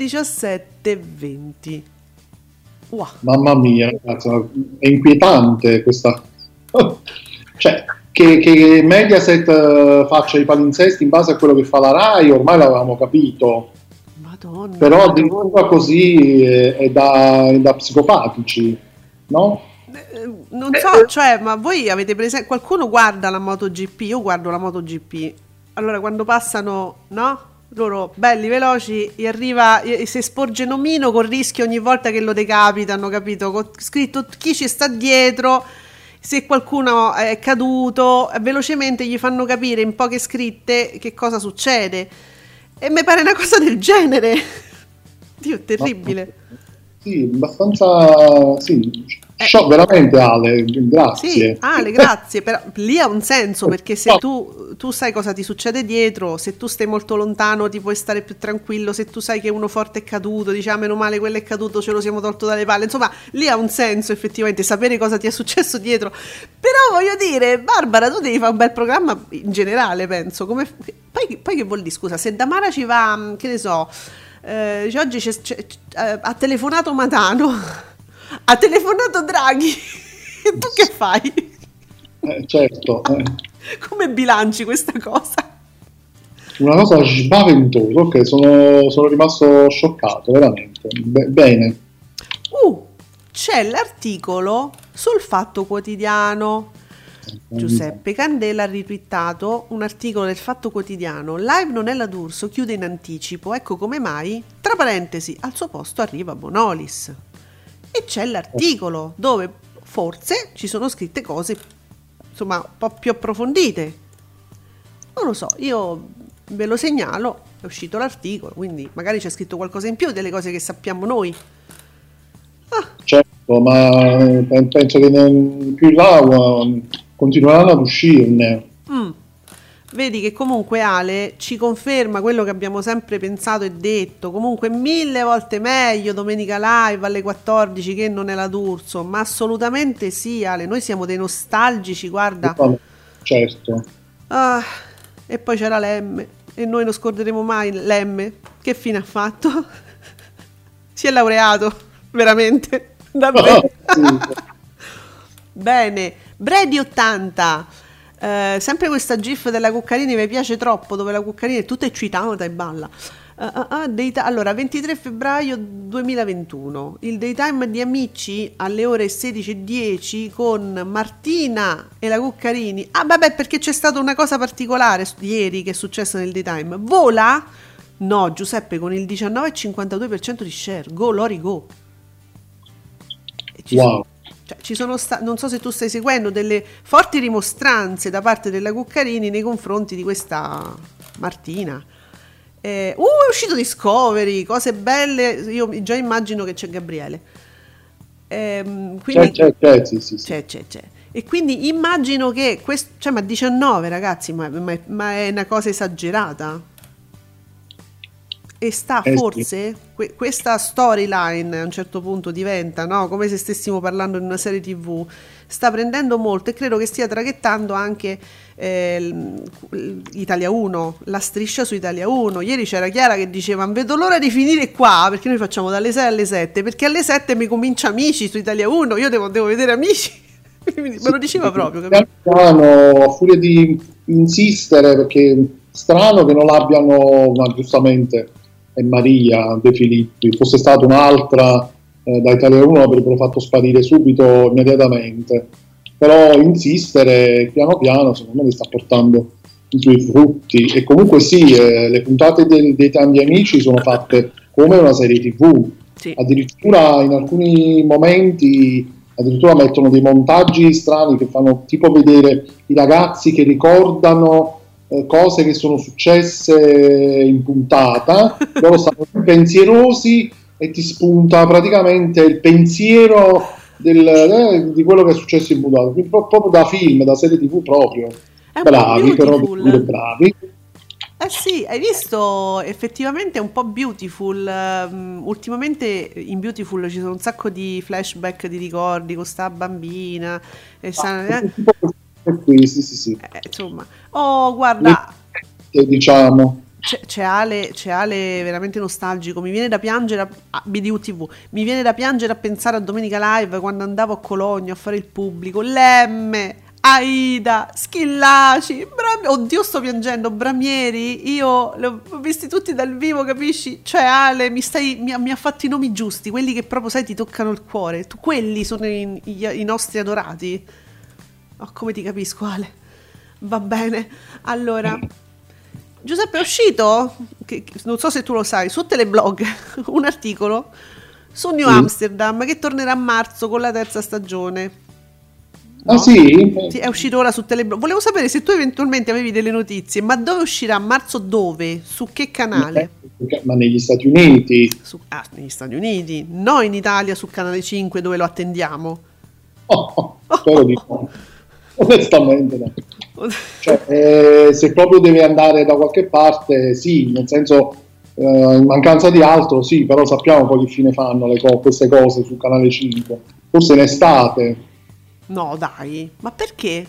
17:20. Wow.
Mamma mia, ragazzi, è inquietante questa. Cioè, che Mediaset faccia i palinsesti in base a quello che fa la Rai, ormai l'avevamo capito.
Madonna.
Però addirittura così è da psicopatici, no?
Non so, cioè, ma voi avete presente, qualcuno guarda la MotoGP? Io guardo la MotoGP. Allora, quando passano, no? Loro belli veloci, gli arriva, si sporge nomino col rischio ogni volta che lo decapitano, capito? Con scritto chi ci sta dietro, se qualcuno è caduto, velocemente gli fanno capire in poche scritte che cosa succede. E mi pare una cosa del genere. Dio, terribile.
Sì, abbastanza, sì. Veramente Ale, grazie.
Sì, Ale, grazie. Però lì ha un senso, perché se tu sai cosa ti succede dietro, se tu stai molto lontano ti puoi stare più tranquillo, se tu sai che uno forte è caduto, dici meno male quello è caduto, ce lo siamo tolto dalle palle, insomma lì ha un senso effettivamente sapere cosa ti è successo dietro. Però voglio dire, Barbara, tu devi fare un bel programma in generale, penso. Poi che vuol dire, scusa, se Damara ci va, che ne so, oggi ha telefonato Matano, ha telefonato Draghi e tu che fai?
Certo.
Come bilanci questa cosa?
Una cosa spaventosa, ok, sono rimasto scioccato, veramente. Bene.
C'è l'articolo sul Fatto Quotidiano. Giuseppe Candela ha ritwittato un articolo del Fatto Quotidiano. Live Nonella D'Urso chiude in anticipo, ecco come mai, tra parentesi, al suo posto arriva Bonolis. E c'è l'articolo dove forse ci sono scritte cose, insomma, un po' più approfondite. Non lo so, io ve lo segnalo è uscito l'articolo, quindi magari c'è scritto qualcosa in più delle cose che sappiamo noi.
Certo, ma penso che più in là continueranno ad uscirne.
Vedi che comunque Ale ci conferma quello che abbiamo sempre pensato e detto, comunque 1000 volte meglio Domenica Live alle 14 che non è la D'Urso, ma assolutamente sì Ale, noi siamo dei nostalgici, guarda.
Certo.
E poi c'era l'M e noi non scorderemo mai l'M, che fine ha fatto? Si è laureato, veramente, davvero. Bene, Brady 80. Sempre questa gif della Cuccarini mi piace troppo, dove la Cuccarini è tutta eccitata e balla. Allora, 23 febbraio 2021, il daytime di Amici alle ore 16:10 con Martina e la Cuccarini. Vabbè, perché c'è stata una cosa particolare ieri che è successa nel daytime. Vola? No, Giuseppe, con il 19,52% di share. Go, Lori, go.
Wow.
Ci sono non so se tu stai seguendo delle forti rimostranze da parte della Cuccarini nei confronti di questa Martina. È uscito Discovery, cose belle. Io già immagino che c'è Gabriele. Quindi,
c'è.
C'è. E quindi immagino che ma 19 ragazzi, ma è una cosa esagerata. E sta forse questa storyline a un certo punto diventa, no? Come se stessimo parlando di una serie TV, sta prendendo molto e credo che stia traghettando anche Italia 1, la striscia su Italia 1. Ieri c'era Chiara che diceva: non vedo l'ora di finire qua, perché noi facciamo dalle 6 alle 7, perché alle 7 mi comincia Amici su Italia 1, io devo vedere Amici. Me lo diceva proprio, capito?
A furia di insistere, perché strano che non l'abbiano, ma giustamente è Maria De Filippi, fosse stata un'altra da Italia 1 l'avrebbero fatto sparire subito, immediatamente, però insistere piano piano secondo me sta portando i suoi frutti. E comunque sì, le puntate dei tanti Amici sono fatte come una serie TV, sì. Addirittura in alcuni momenti addirittura mettono dei montaggi strani che fanno tipo vedere i ragazzi che ricordano cose che sono successe in puntata, loro stanno più pensierosi e ti spunta praticamente il pensiero di quello che è successo in puntata, quindi proprio da film, da serie TV proprio. Bravi, però bravi.
Sì, hai visto, effettivamente è un po' Beautiful. Ultimamente in Beautiful ci sono un sacco di flashback di ricordi con sta bambina
sì.
Insomma, guarda,
diciamo
c'è Ale veramente nostalgico. Mi viene da piangere BDU-TV, mi viene da piangere a pensare a Domenica Live, quando andavo a Cologno a fare il pubblico, Lemme, Aida, Schillaci, oddio sto piangendo, Bramieri, io li ho visti tutti dal vivo, capisci? Cioè Ale mi ha fatto i nomi giusti, quelli che proprio sai ti toccano il cuore, quelli sono i nostri adorati. Come ti capisco Ale, va bene. Allora Giuseppe, è uscito, non so se tu lo sai, su Teleblog un articolo su New Amsterdam che tornerà a marzo con la 3ª stagione. No?
Sì,
è uscito ora su Teleblog. Volevo sapere se tu eventualmente avevi delle notizie, ma dove uscirà a marzo, dove? Su che canale?
Ma negli Stati Uniti.
Negli Stati Uniti, no in Italia su Canale 5 dove lo attendiamo.
Spero di no. Onestamente no. Cioè, se proprio deve andare da qualche parte, sì, nel senso in mancanza di altro, sì, però sappiamo poi che fine fanno queste cose su Canale 5, forse in estate.
No dai, ma perché?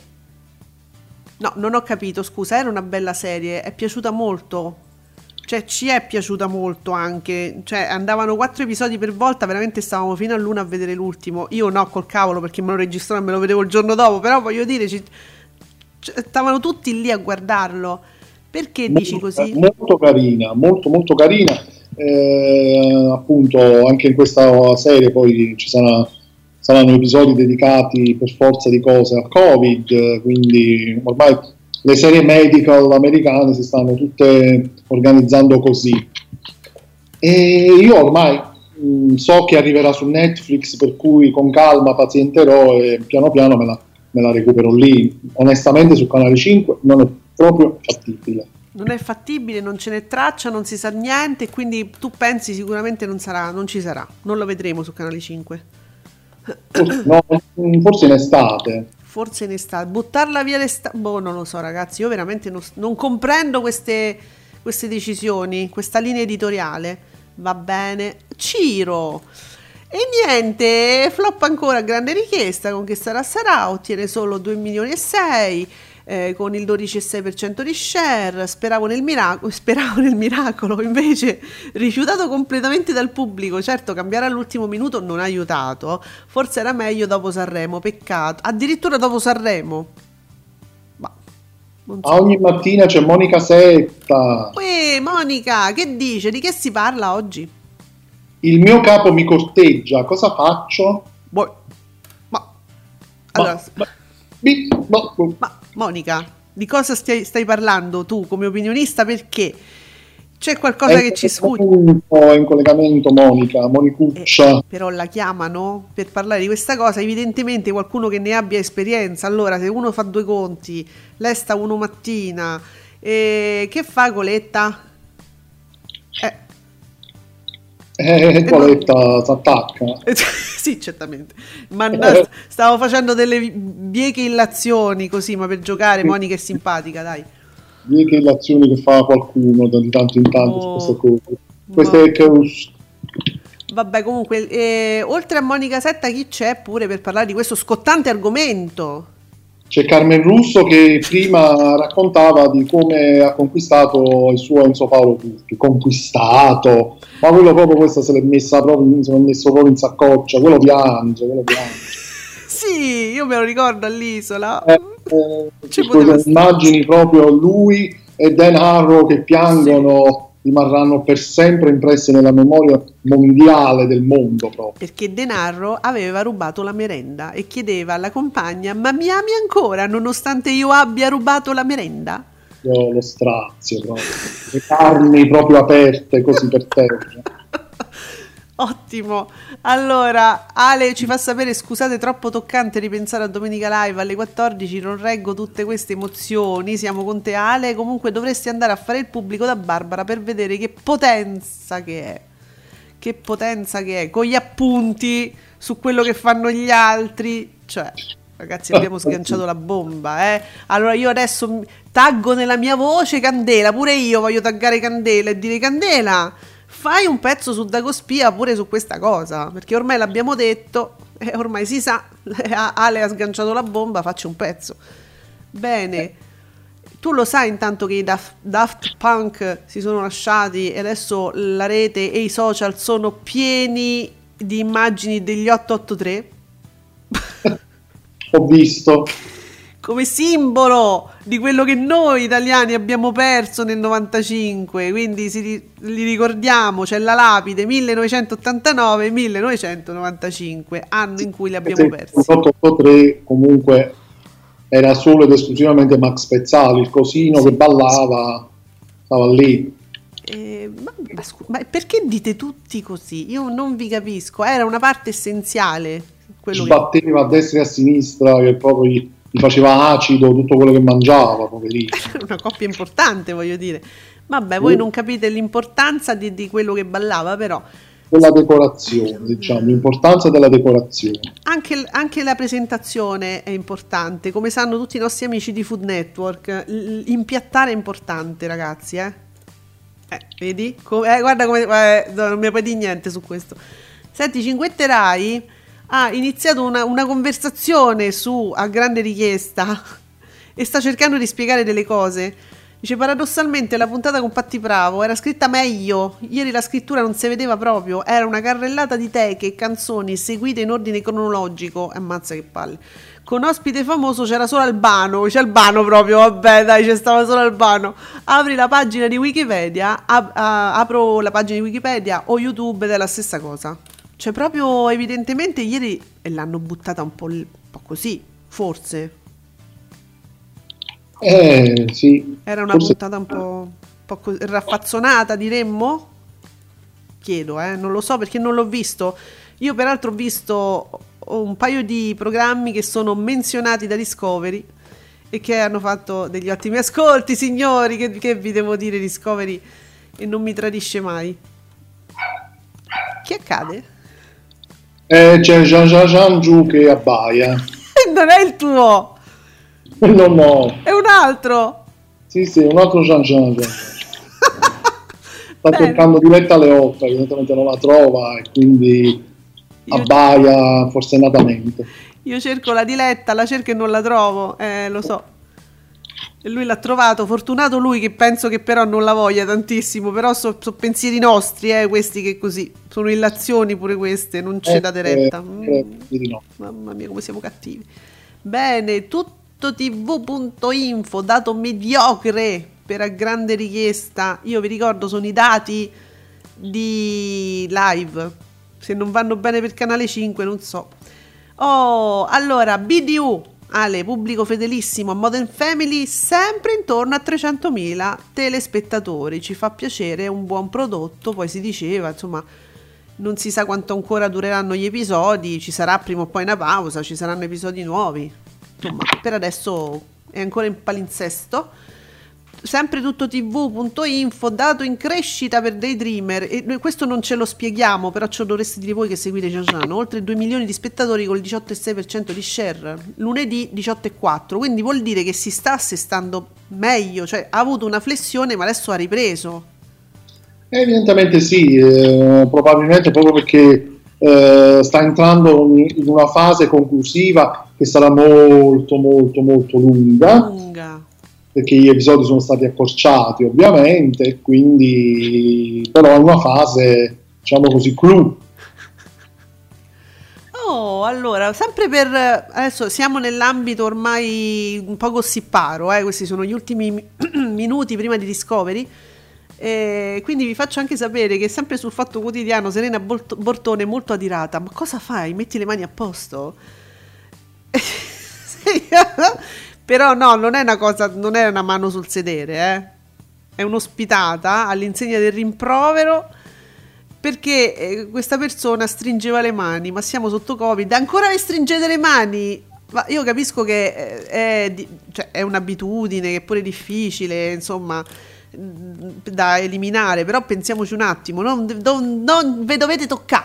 No, non ho capito, scusa, era una bella serie, è piaciuta molto, cioè ci è piaciuta molto anche, cioè andavano 4 episodi per volta, veramente stavamo fino all'1 a vedere l'ultimo. Io no, col cavolo, perché me lo registravo e me lo vedevo il giorno dopo, però voglio dire stavano tutti lì a guardarlo. Perché dici così?
Molto carina, molto carina, appunto anche in questa serie poi saranno episodi dedicati per forza di cose al Covid, quindi ormai le serie medical americane si stanno tutte organizzando così. E io ormai so che arriverà su Netflix, per cui con calma pazienterò e piano piano me la recupero lì. Onestamente su Canale 5 non è proprio fattibile.
Non è fattibile, non ce n'è traccia, non si sa niente, quindi tu pensi sicuramente non ci sarà, non lo vedremo su Canale 5.
Forse in estate.
Forse in estate. Buttarla via l'estate, non lo so ragazzi, io veramente non comprendo queste decisioni, questa linea editoriale. Va bene. Ciro. E niente, flop ancora a grande richiesta, con Che sarà, ottiene solo 2,6 milioni, con il 12,6% di share. Speravo nel miracolo, invece rifiutato completamente dal pubblico. Certo, cambiare all'ultimo minuto non ha aiutato, forse era meglio dopo Sanremo, peccato, addirittura dopo Sanremo. Non so.
Ogni mattina c'è Monica Setta.
Monica, che dice? Di che si parla oggi?
Il mio capo mi corteggia, cosa faccio?
Allora, Monica, di cosa stai parlando tu come opinionista? Perché c'è qualcosa che ci sfugge?
È in collegamento Monicuccia.
Però la chiamano per parlare di questa cosa, evidentemente qualcuno che ne abbia esperienza. Allora, se uno fa due conti, lei sta uno mattina, che fa Coletta?
Coletta si attacca.
Sì, certamente. Ma stavo facendo delle bieche illazioni così, ma per giocare. Monica è simpatica, dai.
Bieche illazioni che fa qualcuno di tanto in tanto su queste cose.
Vabbè, comunque, oltre a Monica Setta, chi c'è pure per parlare di questo scottante argomento?
C'è Carmen Russo che prima raccontava di come ha conquistato il suo Enzo Paolo Turchi. Conquistato, ma quello proprio, questa se l'è messo proprio in saccoccia. Quello piange.
Sì, io me lo ricordo all'Isola.
Immagini proprio lui e Dan Harrow che piangono. Rimarranno per sempre impresse nella memoria mondiale del mondo proprio.
Perché De Narro aveva rubato la merenda e chiedeva alla compagna: ma mi ami ancora nonostante io abbia rubato la merenda?
Io lo strazio proprio, le carni proprio aperte così per terra.
Ottimo. Allora Ale ci fa sapere: scusate, troppo toccante ripensare a Domenica Live alle 14, non reggo tutte queste emozioni. Siamo con te Ale, comunque dovresti andare a fare il pubblico da Barbara per vedere che potenza che è, con gli appunti su quello che fanno gli altri. Cioè, ragazzi, abbiamo sganciato la bomba, Allora io adesso taggo nella mia voce Candela, pure io voglio taggare Candela e dire: Candela, fai un pezzo su Dagospia pure su questa cosa, perché ormai l'abbiamo detto e ormai si sa. Ale ha sganciato la bomba, faccio un pezzo. Bene, tu lo sai intanto che i Daft Punk si sono lasciati e adesso la rete e i social sono pieni di immagini degli 883?
Ho visto.
Come simbolo di quello che noi italiani abbiamo perso nel 95, quindi li ricordiamo, c'è la lapide 1989-1995, anno in cui li abbiamo persi.
883 comunque era solo ed esclusivamente Max Pezzali, il cosino che ballava, stava lì.
Ma perché dite tutti così? Io non vi capisco, era una parte essenziale.
Sbatteva a destra e a sinistra, che proprio gli faceva acido tutto quello che mangiava, poverino.
Una coppia importante, voglio dire. Vabbè, voi non capite l'importanza di quello che ballava, però.
Della decorazione, diciamo, l'importanza della decorazione.
Anche la presentazione è importante, come sanno tutti i nostri amici di Food Network. Impiattare è importante, ragazzi, vedi? Guarda come non mi puoi dire niente su questo. Senti, Cinquetterai ha iniziato una conversazione a grande richiesta e sta cercando di spiegare delle cose. Dice: paradossalmente la puntata con Patti Bravo era scritta meglio, ieri la scrittura non si vedeva proprio, era una carrellata di teche e canzoni seguite in ordine cronologico. Ammazza che palle. Con ospite famoso c'era solo Albano, c'è Albano proprio, vabbè dai, c'è stava solo Albano. Apri la pagina di Wikipedia, apro la pagina di Wikipedia o YouTube ed è la stessa cosa. Cioè proprio evidentemente ieri l'hanno buttata un po' così, forse.
Sì.
Era una puntata un po' raffazzonata, diremmo? Chiedo, non lo so perché non l'ho visto. Io peraltro ho visto un paio di programmi che sono menzionati da Discovery e che hanno fatto degli ottimi ascolti, signori. Che vi devo dire, Discovery e non mi tradisce mai. Che accade?
C'è Jean giù che abbaia.
Non è il tuo,
No.
è un altro.
Sì, un altro Jean. Sta
Bene.
cercando Diletta Leotta, evidentemente non la trova e quindi abbaia forsennatamente.
Io cerco la Diletta, la cerco e non la trovo, lo so. E lui l'ha trovato, fortunato lui, che penso che però non la voglia tantissimo, però sono pensieri nostri, questi, che così, sono illazioni pure queste, non c'è date retta.
Di no.
Mamma mia, come siamo cattivi. Bene, tuttotv.info, dato mediocre per a grande richiesta. Io vi ricordo, sono i dati di live, se non vanno bene per Canale 5 non so. Allora, BDU, Ale, pubblico fedelissimo a Modern Family, sempre intorno a 300.000 telespettatori. Ci fa piacere, è un buon prodotto. Poi si diceva, insomma, non si sa quanto ancora dureranno gli episodi, ci sarà prima o poi una pausa, ci saranno episodi nuovi. Insomma, per adesso è ancora in palinsesto. Sempre tuttotv.info, dato in crescita per Daydreamer, e noi questo non ce lo spieghiamo, però ce lo dovreste dire voi che seguite Gian. Oltre 2 milioni di spettatori con il 18,6% di share, lunedì 18,4%, quindi vuol dire che si sta assestando meglio, cioè ha avuto una flessione ma adesso ha ripreso.
Evidentemente sì, probabilmente proprio perché sta entrando in una fase conclusiva che sarà molto lunga. Perché gli episodi sono stati accorciati ovviamente, quindi però è una fase, diciamo così, clou.
Allora, sempre per adesso siamo nell'ambito ormai un po' gossiparo, questi sono gli ultimi minuti prima di Discovery, quindi vi faccio anche sapere che sempre sul Fatto Quotidiano Serena Bortone è molto adirata. Ma cosa fai? Metti le mani a posto? Però no, non è una cosa, non è una mano sul sedere, è un'ospitata all'insegna del rimprovero, perché questa persona stringeva le mani. Ma siamo sotto Covid, ancora vi stringete le mani? Ma io capisco che è un'abitudine che è pure difficile, insomma, da eliminare, però pensiamoci un attimo, non ve dovete toccare.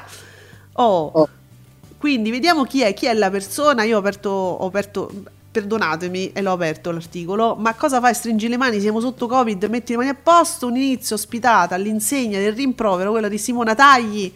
Quindi vediamo chi è la persona. Io ho aperto, perdonatemi, e l'ho aperto l'articolo. Ma cosa fai? Stringi le mani, siamo sotto Covid, metti le mani a posto. Un inizio ospitata all'insegna del rimprovero, quello di Simona Tagli.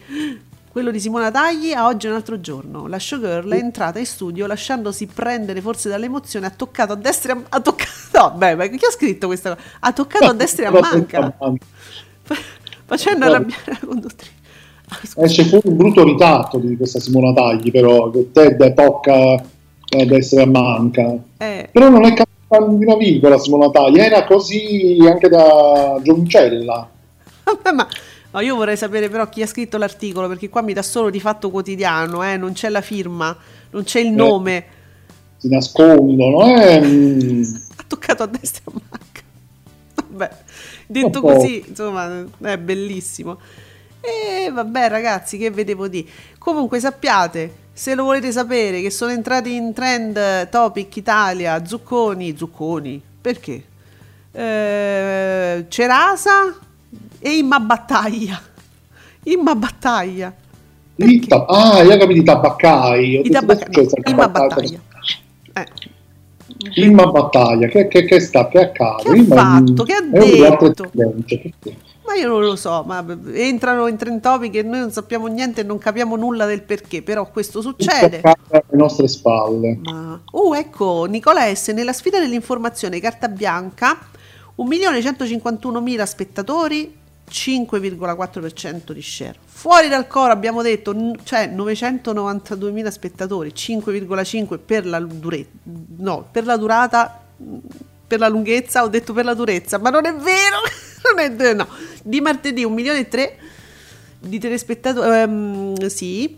A oggi è un altro giorno. La showgirl è entrata in studio lasciandosi prendere forse dall'emozione. Ha toccato a destra e ma chi ha scritto questa cosa? Ha toccato a destra e a manca, facendo arrabbiare la conduttrice.
C'è pure un brutto ritratto di questa Simona Tagli, però, che te tocca ad essere a manca. Però non è capita di una virgola Simona Tagli, era così anche da gioncella.
No, io vorrei sapere però chi ha scritto l'articolo, perché qua mi dà solo di Fatto Quotidiano, non c'è la firma, non c'è il nome.
Si nascondono,
Ha toccato a destra e a manca. Vabbè, detto così, insomma, è bellissimo. E vabbè, ragazzi, che vedevo di. Comunque sappiate, se lo volete sapere, che sono entrati in trend Topic Italia Zucconi, perché? Cerasa e Imma Battaglia. Io ho capito i tabaccai. Imma Battaglia.
Imma Battaglia, che sta? Che accade?
Che ha fatto? Che ha detto? Ma io non lo so, ma entrano in trend topic e noi non sappiamo niente e non capiamo nulla del perché, però questo succede.
Alle nostre spalle.
Ecco, Nicola S. nella sfida dell'informazione carta bianca, 1.151.000 spettatori, 5,4% di share. Fuori dal coro abbiamo detto, cioè 992.000 spettatori, 5,5% per la durata, per la lunghezza, ho detto per la durezza, ma non è vero, no. Di martedì 1.300.000 di telespettatori, sì,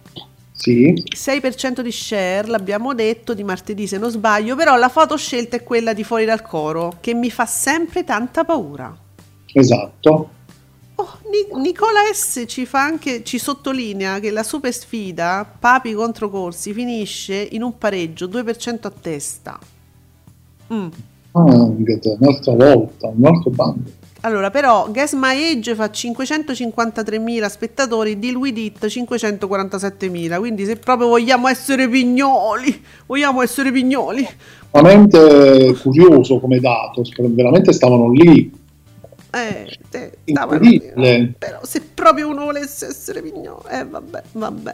6% di share, l'abbiamo detto, di martedì se non sbaglio, però la foto scelta è quella di Fuori dal coro, che mi fa sempre tanta paura.
Esatto.
Nicola S. ci sottolinea che la super sfida Papi contro Corsi finisce in un pareggio, 2% a testa.
Un'altra volta, un altro bando.
Allora, però Guess My Age fa 553.000 spettatori, Deal With It 547.000, quindi se proprio vogliamo essere pignoli.
Veramente curioso come dato, veramente stavano lì. Incredibile.
Però se proprio uno volesse essere pignolo, vabbè.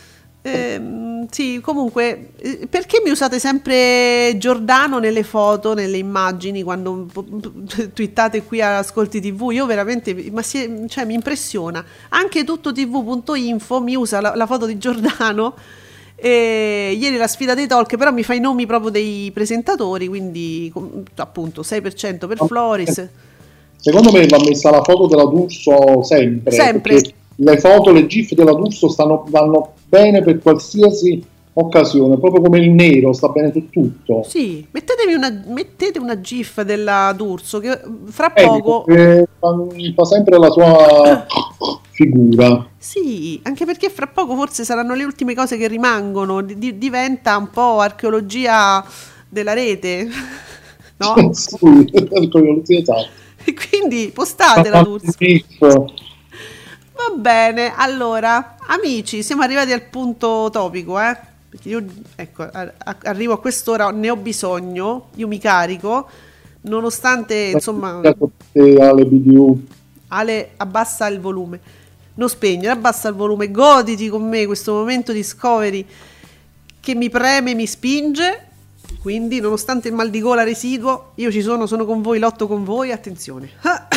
Sì, comunque, perché mi usate sempre Giordano nelle foto, nelle immagini quando twittate qui a Ascolti TV? Io veramente, mi impressiona. Anche tuttotv.info mi usa la foto di Giordano. Ieri la sfida dei talk, però mi fa i nomi proprio dei presentatori, quindi appunto 6% per Floris.
Secondo me va messa la foto della D'Urso sempre. Le foto, le gif della D'Urso vanno bene per qualsiasi occasione, proprio come il nero sta bene su tutto.
Sì, mettete una gif della D'Urso che fra poco
fa sempre la sua figura.
Sì, anche perché fra poco forse saranno le ultime cose che rimangono, diventa un po' archeologia della rete, no?
Sì, archeologia, esatto.
E quindi postate la D'Urso. Va bene, allora, amici, siamo arrivati al punto topico, perché io, ecco, arrivo a quest'ora, ne ho bisogno, io mi carico, nonostante, insomma...
Ale BDU.
Ale, abbassa il volume, non spegnere, abbassa il volume, goditi con me questo momento Discovery che mi preme, mi spinge, quindi nonostante il mal di gola residuo, io ci sono con voi, lotto con voi, attenzione.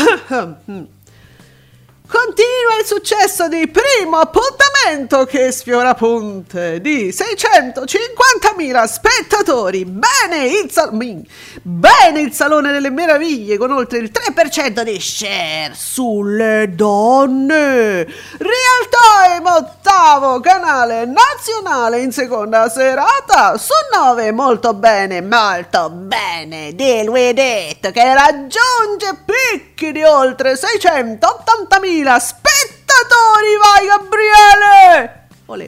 Continua il successo di Primo Appuntamento che sfiora punte di 650.000 spettatori. Bene il Salone delle Meraviglie con oltre il 3% di share sulle donne. Real Time, ottavo canale nazionale in seconda serata su 9. Molto bene. Deal With It che raggiunge picchi di oltre 680.000 spettatori. Vai Gabriele! Olè.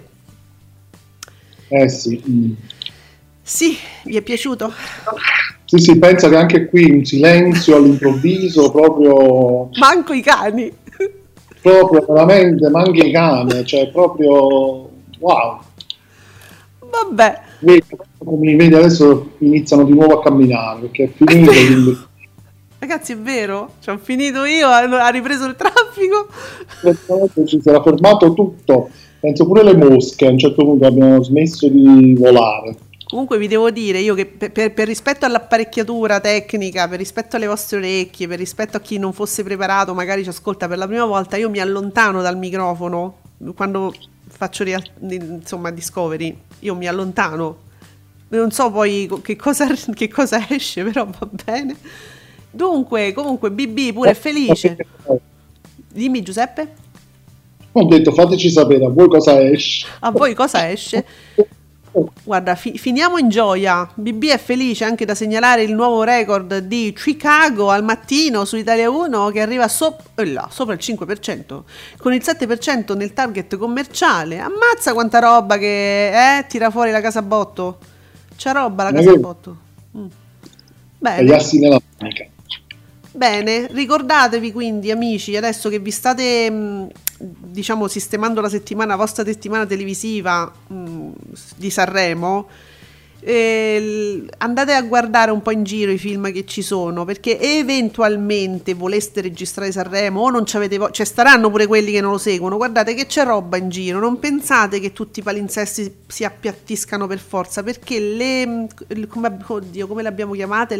Sì.
Sì, vi è piaciuto?
Sì, pensa che anche qui un silenzio all'improvviso, proprio...
Manco i cani.
Proprio veramente, manca i cani, cioè proprio... Wow.
Vabbè.
Come vedi adesso iniziano di nuovo a camminare, perché è finito, quindi...
Ragazzi, è vero, ci ho finito io, ha ripreso il traffico.
Si era fermato tutto, penso pure le mosche a un certo punto abbiano smesso di volare.
Comunque vi devo dire io che per rispetto all'apparecchiatura tecnica, per rispetto alle vostre orecchie, per rispetto a chi non fosse preparato, magari ci ascolta per la prima volta, io mi allontano dal microfono quando faccio Discovery, io mi allontano, non so poi che cosa esce, però va bene. Dunque, comunque BB pure è felice. Dimmi Giuseppe.
Ho detto fateci sapere a voi cosa esce.
A voi cosa esce? Guarda, finiamo in gioia. BB è felice anche da segnalare il nuovo record di Chicago al mattino su Italia 1 che arriva sopra il 5%, con il 7% nel target commerciale. Ammazza quanta roba che tira fuori la Casabotto. C'è roba la Casabotto. Bene.
Gli assi nella manica.
Bene, ricordatevi quindi amici, adesso che vi state sistemando la vostra settimana televisiva di Sanremo, andate a guardare un po' in giro i film che ci sono, perché eventualmente voleste registrare Sanremo o non c'avete cioè staranno pure quelli che non lo seguono, guardate che c'è roba in giro, non pensate che tutti i palinsesti si appiattiscano per forza, perché come le abbiamo chiamate?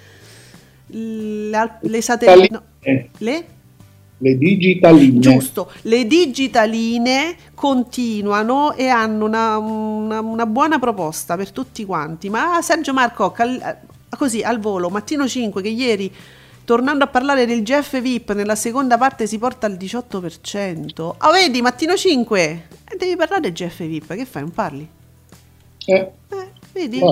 Le satellite,
le digitaline,
giusto, le digitaline continuano e hanno una buona proposta per tutti quanti. Ma Sergio Marco, così al volo, Mattino 5, che ieri tornando a parlare del GF VIP nella seconda parte si porta al 18%. Vedi Mattino 5, devi parlare del GF VIP, che fai, non parli? Vedi?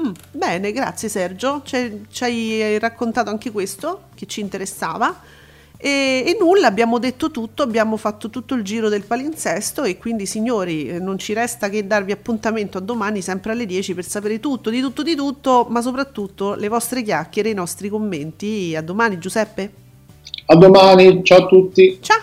Bene, grazie Sergio, ci hai raccontato anche questo che ci interessava. E nulla, abbiamo detto tutto, abbiamo fatto tutto il giro del palinsesto e quindi signori non ci resta che darvi appuntamento a domani sempre alle 10 per sapere tutto, ma soprattutto le vostre chiacchiere, i nostri commenti. A domani Giuseppe.
A domani, ciao a tutti.
Ciao.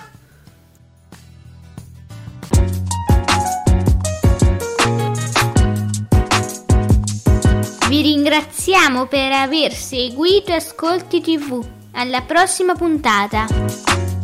Vi ringraziamo per aver seguito Ascolti TV. Alla prossima puntata!